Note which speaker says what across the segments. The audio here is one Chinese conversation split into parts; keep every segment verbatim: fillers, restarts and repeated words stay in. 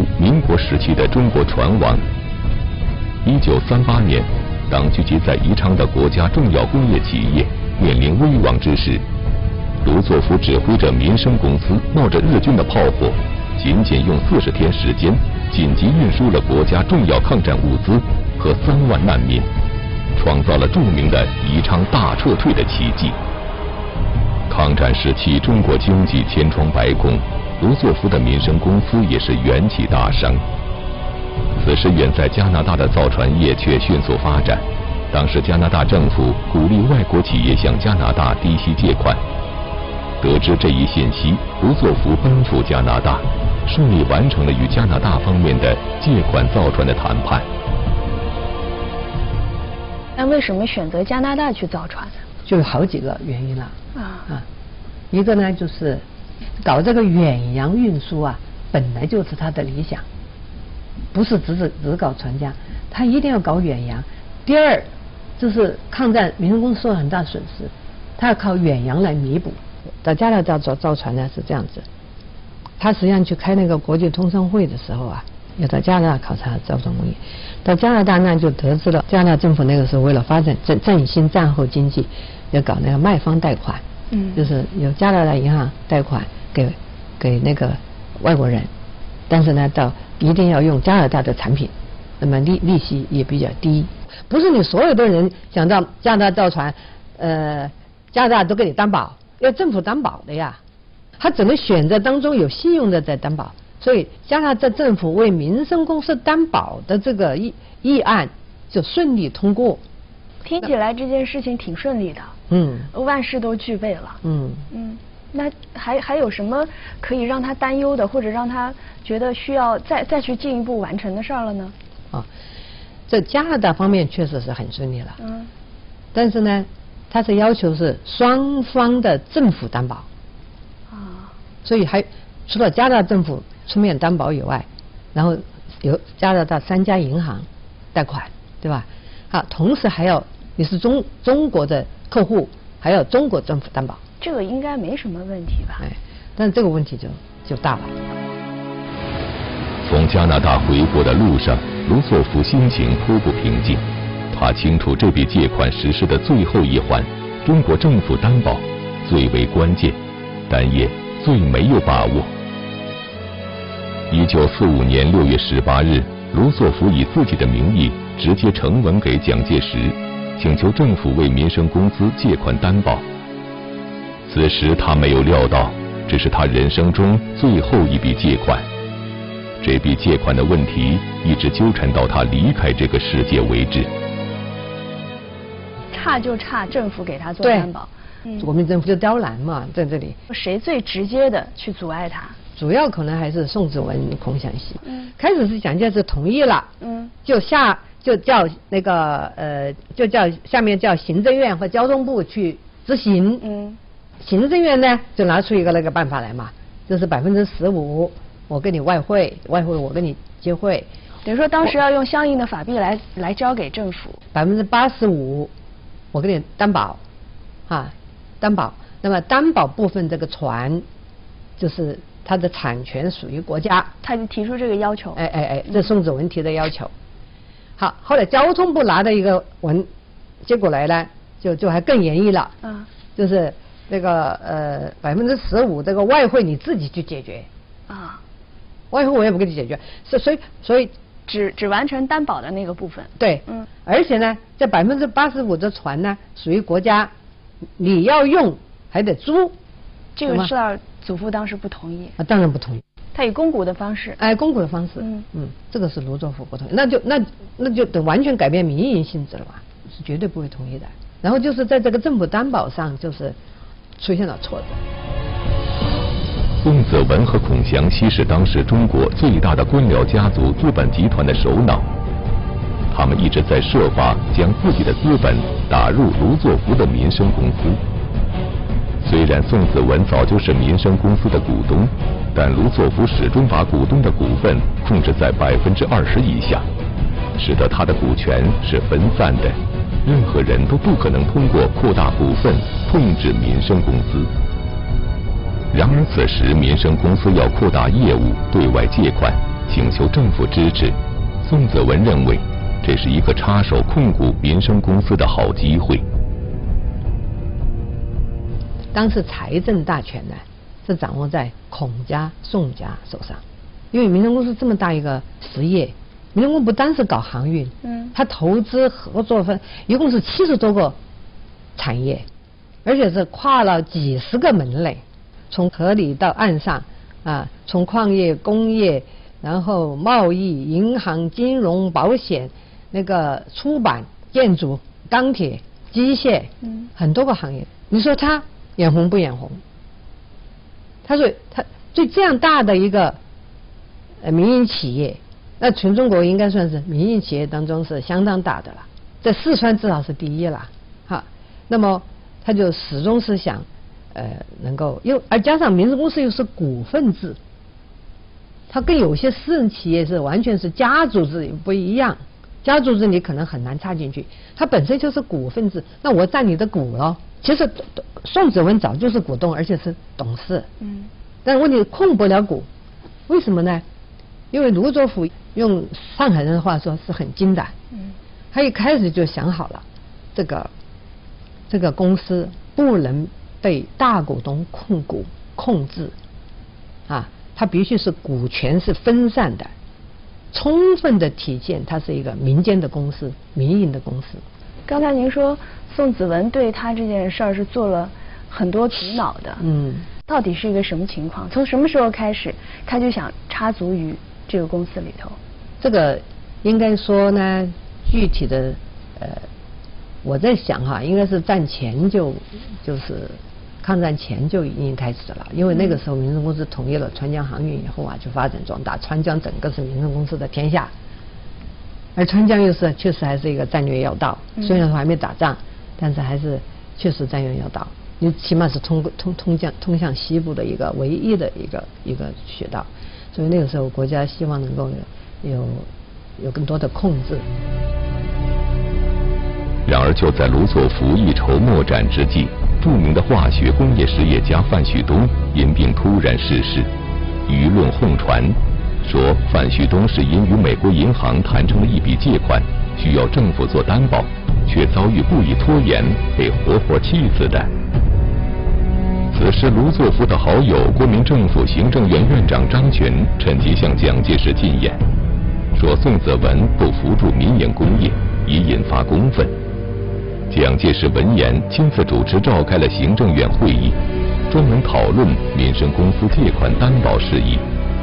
Speaker 1: 民国时期的中国船王。一九三八年，当聚集在宜昌的国家重要工业企业面临危亡之时，卢作孚指挥着民生公司冒着日军的炮火，仅仅用四十天时间，紧急运输了国家重要抗战物资和三万难民，创造了著名的宜昌大撤退的奇迹。抗战时期，中国经济千疮百孔，卢作孚的民生公司也是元气大伤。此时远在加拿大的造船业却迅速发展。当时加拿大政府鼓励外国企业向加拿大低息借款。得知这一信息，卢作孚奔赴加拿大，顺利完成了与加拿大方面的借款造船的谈判。
Speaker 2: 那为什么选择加拿大去造船呢？
Speaker 3: 就有好几个原因了
Speaker 2: 啊
Speaker 3: 啊，一个呢就是搞这个远洋运输啊，本来就是他的理想，不是只只只搞船家，他一定要搞远洋。第二，就是抗战民生公司受了很大损失，他要靠远洋来弥补。到加拿大造造船呢是这样子，他实际上去开那个国际通商会的时候啊，要到加拿大考察造船工业。到加拿大呢就得知了，加拿大政府那个时候为了发展振振兴战后经济，要搞那个卖方贷款，嗯，就是由加拿大银行贷款给给那个外国人，但是呢到一定要用加拿大的产品，那么利利息也比较低。不是你所有的人想到加拿大造船，呃，加拿大都给你担保，要政府担保的呀，他只能选择当中有信用的在担保。所以加拿大政府为民生公司担保的这个议议案就顺利通过。
Speaker 2: 听起来这件事情挺顺利的，
Speaker 3: 嗯，
Speaker 2: 万事都具备了，
Speaker 3: 嗯
Speaker 2: 嗯，那还还有什么可以让他担忧的，或者让他觉得需要再再去进一步完成的事儿了呢？
Speaker 3: 啊，在加拿大方面确实是很顺利了，
Speaker 2: 嗯，
Speaker 3: 但是呢，他是要求是双方的政府担保，
Speaker 2: 啊，
Speaker 3: 所以还除了加拿大政府出面担保以外，然后由加拿大三家银行贷款，对吧？啊，同时还要你是中中国的客户，还要中国政府担保。
Speaker 2: 这个应该没什么问题吧？
Speaker 3: 哎，但是这个问题就就大了。
Speaker 1: 从加拿大回国的路上，卢作孚心情颇不平静。他清楚这笔借款实施的最后一环，中国政府担保最为关键，但也最没有把握。一九四五年六月十八日，卢作孚以自己的名义直接呈文给蒋介石，请求政府为民生公司借款担保。此时他没有料到，这是他人生中最后一笔借款。这笔借款的问题一直纠缠到他离开这个世界为止。
Speaker 2: 差就差政府给他做担保，
Speaker 3: 嗯，国民政府就刁难嘛，在这里。
Speaker 2: 谁最直接的去阻碍他？
Speaker 3: 主要可能还是宋子文、孔祥熙。
Speaker 2: 嗯，
Speaker 3: 开始是蒋介石同意了，
Speaker 2: 嗯，
Speaker 3: 就下就叫那个呃，就叫下面叫行政院和交通部去执行。
Speaker 2: 嗯，
Speaker 3: 行政院呢就拿出一个那个办法来嘛，就是百分之十五我给你外汇，外汇我给你接汇。
Speaker 2: 等于说当时要用相应的法币来来交给政府。
Speaker 3: 百分之八十五我给你担保，啊，担保。那么担保部分这个船就是它的产权属于国家，
Speaker 2: 他就提出这个要求。
Speaker 3: 哎哎哎，这宋子文提的要求。好，后来交通部拿的一个文，结果来呢，就就还更严厉了。
Speaker 2: 嗯，
Speaker 3: 就是那个呃百分之十五这个外汇你自己去解决。
Speaker 2: 啊，
Speaker 3: 外汇我也不给你解决，是所以所以
Speaker 2: 只只完成担保的那个部分。
Speaker 3: 对，
Speaker 2: 嗯，
Speaker 3: 而且呢，这百分之八十五的船呢属于国家，你要用还得租。
Speaker 2: 这个是祖父当时不同意。
Speaker 3: 啊，当然不同意。
Speaker 2: 他以公股的方式。
Speaker 3: 哎，公股的方式。
Speaker 2: 嗯
Speaker 3: 嗯，这个是卢作孚不同意，那就那那就等完全改变民营性质了嘛，是绝对不会同意的。然后就是在这个政府担保上，就是出现了挫折。
Speaker 1: 宋子文和孔祥熙是当时中国最大的官僚家族资本集团的首脑，他们一直在设法将自己的资本打入卢作孚的民生公司。虽然宋子文早就是民生公司的股东，但卢作孚始终把股东的股份控制在百分之二十以下，使得他的股权是分散的，任何人都不可能通过扩大股份控制民生公司。然而此时民生公司要扩大业务、对外借款， 请求政府支持。宋子文认为，这是一个插手控股民生公司的好机会。
Speaker 3: 当时财政大权呢，是掌握在孔家、宋家手上，因为民生公司这么大一个实业，民生公司不单是搞航运，嗯，它投资合作分一共是七十多个产业，而且是跨了几十个门类，从河里到岸上啊，从矿业、工业，然后贸易、银行、金融、保险，那个出版、建筑、钢铁、机械，嗯，很多个行业。你说它眼红不眼红？他说他对这样大的一个呃民营企业，那全中国应该算是民营企业当中是相当大的了，在四川至少是第一了，哈。那么他就始终是想呃能够又而加上民生公司又是股份制，它跟有些私人企业是完全是家族制不一样，家族制你可能很难插进去，它本身就是股份制，那我占你的股咯。其实宋子文早就是股东，而且是董事，嗯，但是问题控不了股，为什么呢？因为卢作孚用上海人的话说是很精打，嗯，他一开始就想好了，这个这个公司不能被大股东控股控制，啊，它必须是股权是分散的，充分的体现它是一个民间的公司、民营的公司。
Speaker 2: 刚才您说宋子文对他这件事儿是做了很多苦恼的，嗯，到底是一个什么情况？从什么时候开始他就想插足于这个公司里头？
Speaker 3: 这个应该说呢，具体的呃，我在想哈，应该是战前就就是抗战前就已经开始了，因为那个时候民生公司统一了川江航运以后啊，就发展壮大，川江整个是民生公司的天下。而川江又是确实还是一个战略要道，虽然说还没打仗，但是还是确实战略要道。你起码是通通通向通向西部的一个唯一的一个一个穴道，所以那个时候国家希望能够有有有更多的控制。
Speaker 1: 然而就在卢作孚一筹莫展之际，著名的化学工业实业家范旭东因病突然逝世，舆论哄传。说范旭东是因与美国银行谈成了一笔借款，需要政府做担保，却遭遇故意拖延，被活活气死的。此时卢作孚的好友国民政府行政院院长张群趁机向蒋介石进言，说宋子文不扶助民营工业，已引发公愤。蒋介石闻言亲自主持召开了行政院会议，专门讨论民生公司借款担保事宜。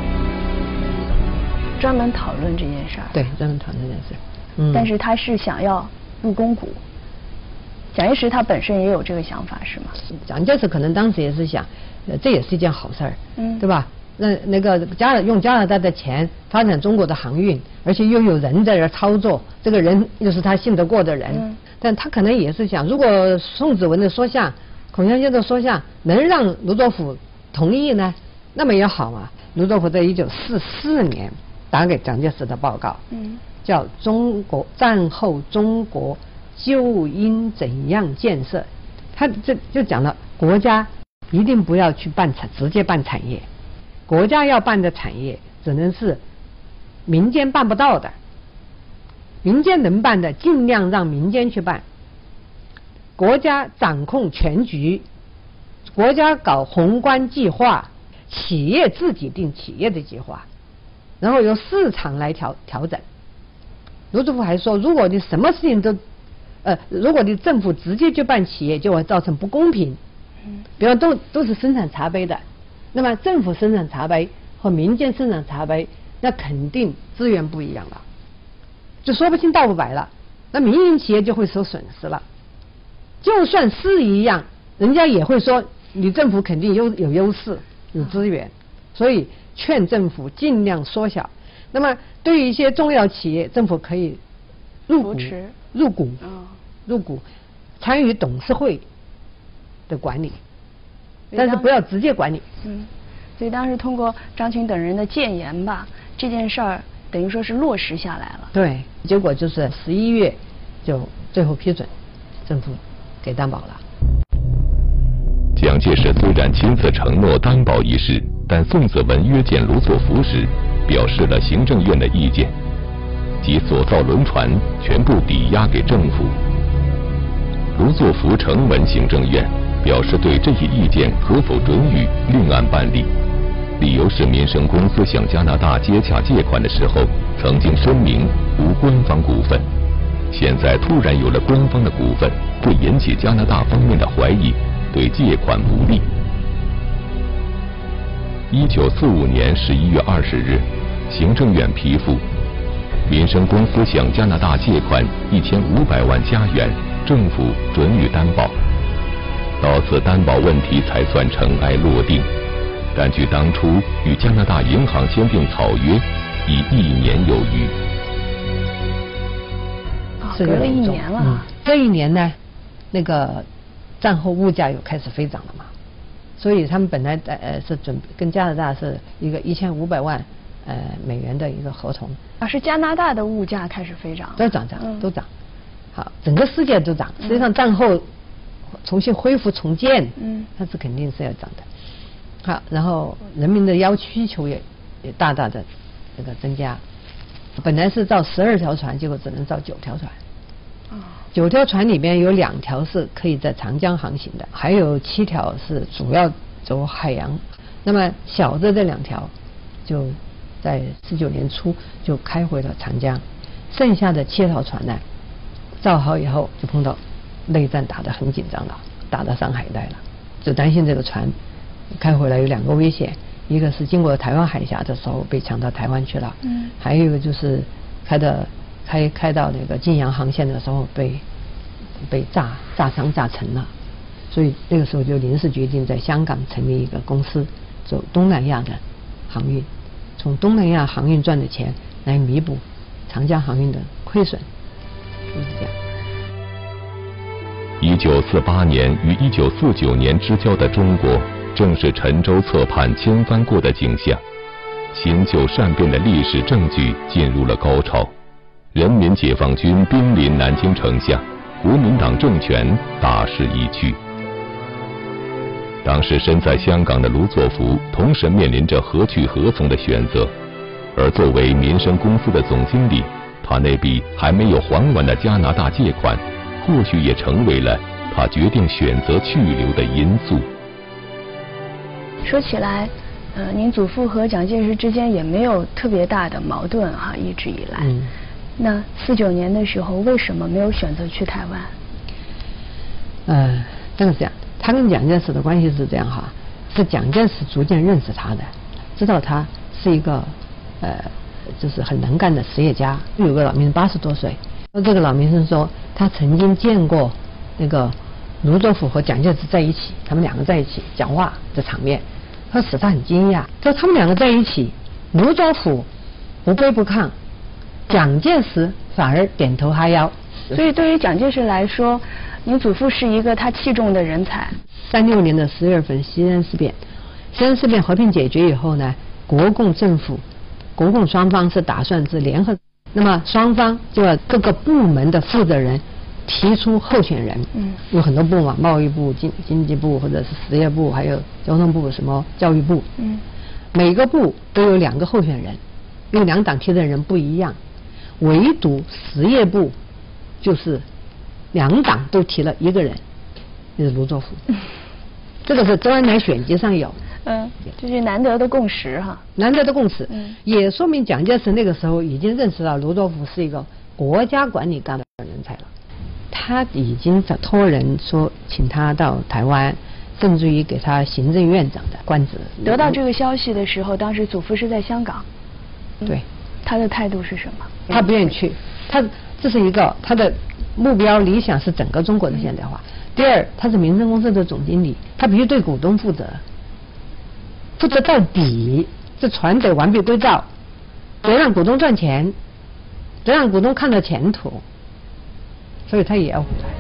Speaker 2: 专门讨论这件事儿，
Speaker 3: 对，专门讨论这件事。
Speaker 2: 嗯，但是他是想要入公股。蒋介石他本身也有这个想法，是吗？
Speaker 3: 蒋介石可能当时也是想，呃，这也是一件好事儿，嗯，对吧？那那个加用加拿大的钱发展中国的航运，而且又有人在这操作，这个人又是他信得过的人，嗯，但他可能也是想，如果宋子文的说项、孔祥先的说项能让卢作孚同意呢，那么也好嘛。卢作孚在一九四四年。打给蒋介石的报告，嗯，叫《中国战后中国就应怎样建设》，他这就讲了，国家一定不要去办产，直接办产业，国家要办的产业只能是民间办不到的，民间能办的尽量让民间去办，国家掌控全局，国家搞宏观计划，企业自己定企业的计划。然后由市场来调调整。卢作孚还说，如果你什么事情都，呃，如果你政府直接就办企业，就会造成不公平。嗯，比方都都是生产茶杯的，那么政府生产茶杯和民间生产茶杯，那肯定资源不一样了，就说不清道不白了。那民营企业就会受损失了。就算是一样，人家也会说你政府肯定有有优势，有资源，所以。劝政府尽量缩小。那么，对于一些重要企业，政府可以入股、入股、哦、入股，参与董事会的管理，但是不要直接管理。
Speaker 2: 嗯，所以当时通过张群等人的谏言吧，这件事儿等于说是落实下来了。
Speaker 3: 对，结果就是十一月就最后批准，政府给担保了。
Speaker 1: 蒋介石虽然亲自承诺担保一事， 但宋子文约见卢作孚时，表示了行政院的意见，即所造轮船全部抵押给政府。卢作孚呈文行政院，表示对这一意见可否准予另案办理，理由是民生公司向加拿大接洽借款的时候，曾经声明无官方股份，现在突然有了官方的股份，会引起加拿大方面的怀疑，对借款不利。一九四五年十一月二十日，行政院批复，民生公司向加拿大借款一千五百万加元，政府准予担保。到此担保问题才算尘埃落定，但距当初与加拿大银行签订草约已一年有余。
Speaker 2: 啊，隔了一年了。嗯，
Speaker 3: 这一年呢，那个战后物价又开始飞涨了嘛，所以他们本来呃是准跟加拿大是一个一千五百万呃美元的一个合同。
Speaker 2: 啊，是加拿大的物价开始飞涨。
Speaker 3: 都涨涨，嗯、都涨。好，整个世界都涨。实际上战后重新恢复重建，嗯，它是肯定是要涨的。好，然后人民的要需求也也大大的这个增加。本来是造十二条船，结果只能造九条船。哦，九条船里边有两条是可以在长江航行的，还有七条是主要走海洋。那么小的这两条就在十九年初就开回了长江，剩下的七条船呢，造好以后就碰到内战打得很紧张了，打到上海一带了，就担心这个船开回来有两个危险，一个是经过台湾海峡的时候被抢到台湾去了，嗯，还有一个就是开的开开到那个晋阳航线的时候被被炸炸伤炸沉了，所以那个时候就临时决定在香港成立一个公司，走东南亚的航运，从东南亚航运赚的钱来弥补长江航运的亏损，就是这样。
Speaker 1: 一九四八年与一九四九年之交的中国，正是沉舟侧畔千帆过的景象，新旧善变的历史证据进入了高潮。人民解放军兵临南京城下，国民党政权大势已去。当时身在香港的卢作孚，同时面临着何去何从的选择。而作为民生公司的总经理，他那笔还没有还完的加拿大借款，或许也成为了他决定选择去留的因素。
Speaker 2: 说起来，呃，您祖父和蒋介石之间也没有特别大的矛盾哈、啊，一直以来。嗯。那四九年的时候，为什么没有选择去台湾？
Speaker 3: 呃，这个是这样，他跟蒋介石的关系是这样哈，是蒋介石逐渐认识他的，知道他是一个呃，就是很能干的实业家。有个老民八十多岁，这个老民生说他曾经见过那个卢作孚和蒋介石在一起，他们两个在一起讲话的场面，他使他很惊讶，说他们两个在一起，卢作孚不卑不亢，蒋介石反而点头哈腰。
Speaker 2: 所以对于蒋介石来说，您祖父是一个他器重的人才。
Speaker 3: 三六年的十月份西安事变，西安事变和平解决以后呢，国共政府、国共双方是打算是联合，那么双方就要各个部门的负责人提出候选人，嗯，有很多部嘛，贸易部、经经济部或者是实业部，还有交通部、什么教育部，嗯，每个部都有两个候选人，因为两党提的人不一样，唯独实业部就是两党都提了一个人，就是卢作孚，嗯，这个是周恩来选集上有，
Speaker 2: 嗯，这是难得的共识哈，
Speaker 3: 难得的共识，嗯，也说明蒋介石那个时候已经认识到卢作孚是一个国家管理干的人才了。他已经托人说请他到台湾，甚至于给他行政院长的官职。
Speaker 2: 得到这个消息的时候，当时祖父是在香港。
Speaker 3: 对。
Speaker 2: 他的态度是什么？
Speaker 3: 他不愿意去，他这是一个他的目标理想是整个中国的现代化。第二，他是民生公司的总经理，他必须对股东负责，负责到底，这船得完璧归赵，得让股东赚钱，得让股东看到前途。所以他也要回来。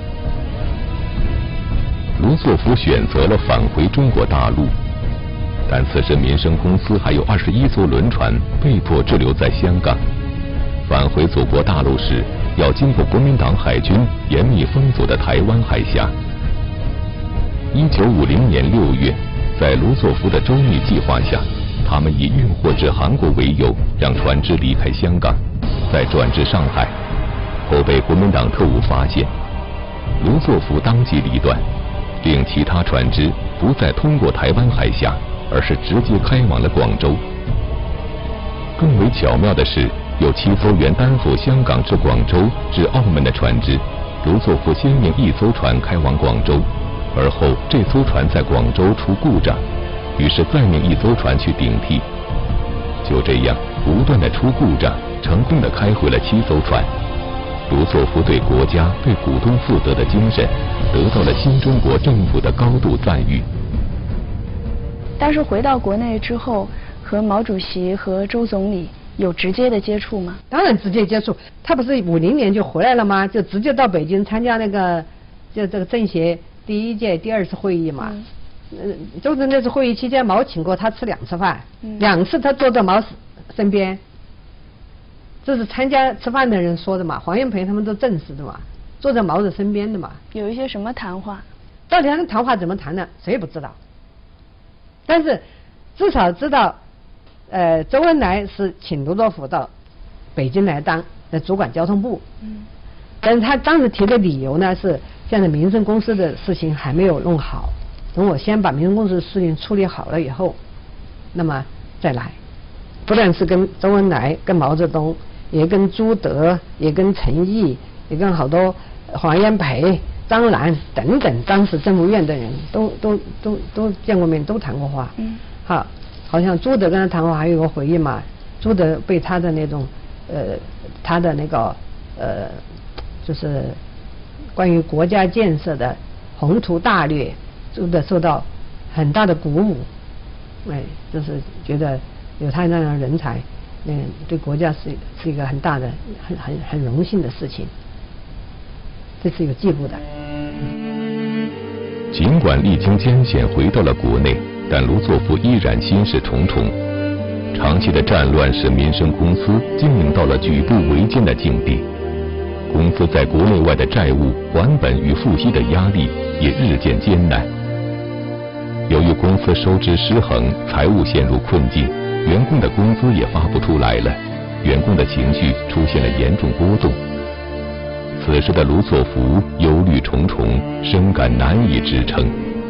Speaker 1: 卢作孚选择了返回中国大陆，但此时民生公司还有二十一艘轮船被迫滞留在香港。返回祖国大陆时，要经过国民党海军严密封锁的台湾海峡。一九五零年六月，在卢作孚的周密计划下， 他们以运货至韩国为由，让船只离开香港，再转至上海，后被国民党特务发现。卢作孚当机立断，令其他船只不再通过台湾海峡，而是直接开往了广州。更为巧妙的是，有七艘原担负香港至广州至澳门的船只，卢作孚先命一艘船开往广州，而后这艘船在广州出故障，于是再命一艘船去顶替。就这样不断的出故障，成功的开回了七艘船。卢作孚对国家、对股东负责的精神，得到了新中国政府的高度赞誉。
Speaker 2: 但是回到国内之后，和毛主席和周总理有直接的接触吗？
Speaker 3: 当然直接接触，他不是五零年就回来了吗？就直接到北京参加那个就这个政协第一届第二次会议嘛。嗯。呃，就是那次会议期间，毛请过他吃两次饭，嗯、两次他坐在毛身边。这是参加吃饭的人说的嘛，黄炎培他们都证实的嘛，坐在毛的身边的嘛。
Speaker 2: 有一些什么谈话？
Speaker 3: 到底他们谈话怎么谈的，谁也不知道。但是至少知道，呃，周恩来是请卢作孚到北京来当呃主管交通部。嗯。但是他当时提的理由呢是，现在民生公司的事情还没有弄好，等我先把民生公司的事情处理好了以后，那么再来。不但是跟周恩来、跟毛泽东。也跟朱德，也跟陈毅，也跟好多黄炎培、张澜等等当时政务院的人都都都都见过面，都谈过话。嗯。好，好像朱德跟他谈话还有个回忆嘛，朱德被他的那种呃他的那个呃就是关于国家建设的宏图大略，朱德受到很大的鼓舞，哎，就是觉得有他那样的人才。嗯，对国家是是一个很大的、很很很荣幸的事情，这是有记录的。
Speaker 1: 尽管历经艰险回到了国内，但卢作孚依然心事重重。长期的战乱使民生公司经营到了举步维艰的境地，公司在国内外的债务还本与付息的压力也日渐艰难。由于公司收支失衡，财务陷入困境。员工的工资也发不出来了，员工的情绪出现了严重波动。此时的卢作孚忧虑重重，深感难以支撑。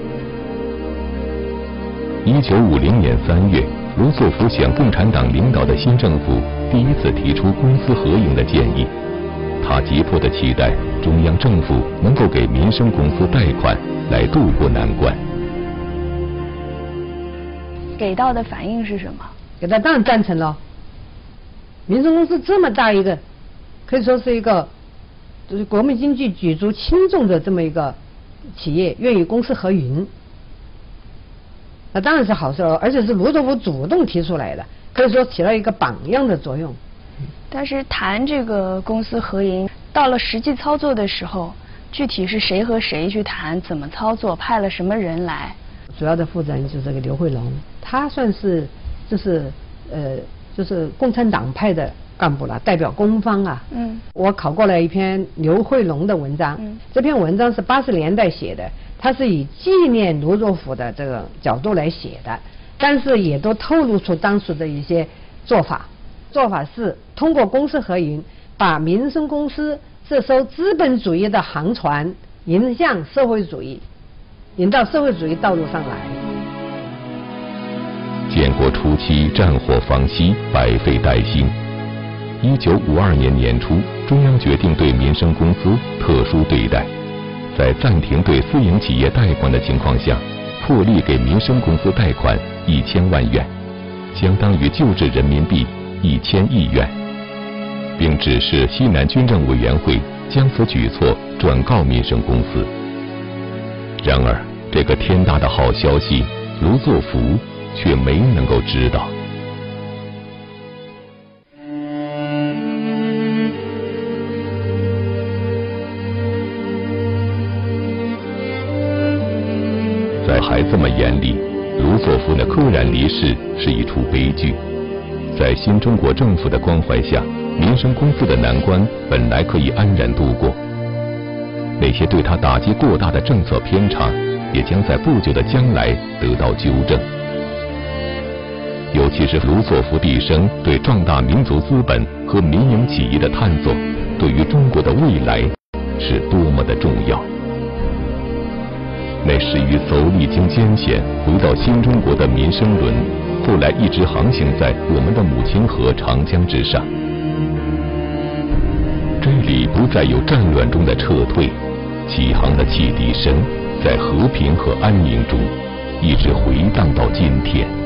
Speaker 1: 一九五零年三月，卢作孚向共产党领导的新政府第一次提出公私合营的建议。他急迫地期待中央政府能够给民生公司贷款，来渡过难关。
Speaker 2: 给到的反应是什么？
Speaker 3: 给他当然赞成了。民生公司这么大一个，可以说是一个就是国民经济举足轻重的这么一个企业，愿意公私合营，那当然是好事了，而且是卢作孚主动提出来的，可以说起了一个榜样的作用。
Speaker 2: 但是谈这个公私合营，到了实际操作的时候，具体是谁和谁去谈，怎么操作，派了什么人来？
Speaker 3: 主要的负责人就是这个刘慧龙，他算是就是呃就是共产党派的干部了，代表工方啊。嗯。我考过了一篇刘慧龙的文章，嗯，这篇文章是八十年代写的，他是以纪念卢作孚的这个角度来写的，但是也都透露出当时的一些做法。做法是通过公私合营，把民生公司这艘资本主义的航船引向社会主义，引到社会主义道路上来。
Speaker 1: 建国初期战火方息，百废待兴。一九五二年年初，中央决定对民生公司特殊对待，在暂停对私营企业贷款的情况下，破例给民生公司贷款一千万元，相当于旧制人民币一千亿元，并指示西南军政委员会将此举措转告民生公司。然而，这个天大的好消息，卢作孚却没能够知道。在孩子们眼里，卢作孚的溘然离世是一出悲剧。在新中国政府的关怀下，民生公司的难关本来可以安然度过，那些对他打击过大的政策偏差，也将在不久的将来得到纠正。 尤其是卢作孚毕生对壮大民族资本和民营企业的探索，对于中国的未来是多么的重要。那始于走历经艰险回到新中国的民生轮，后来一直航行在我们的母亲河长江之上。这里不再有战乱中的撤退，起航的汽笛声在和平和安宁中一直回荡到今天。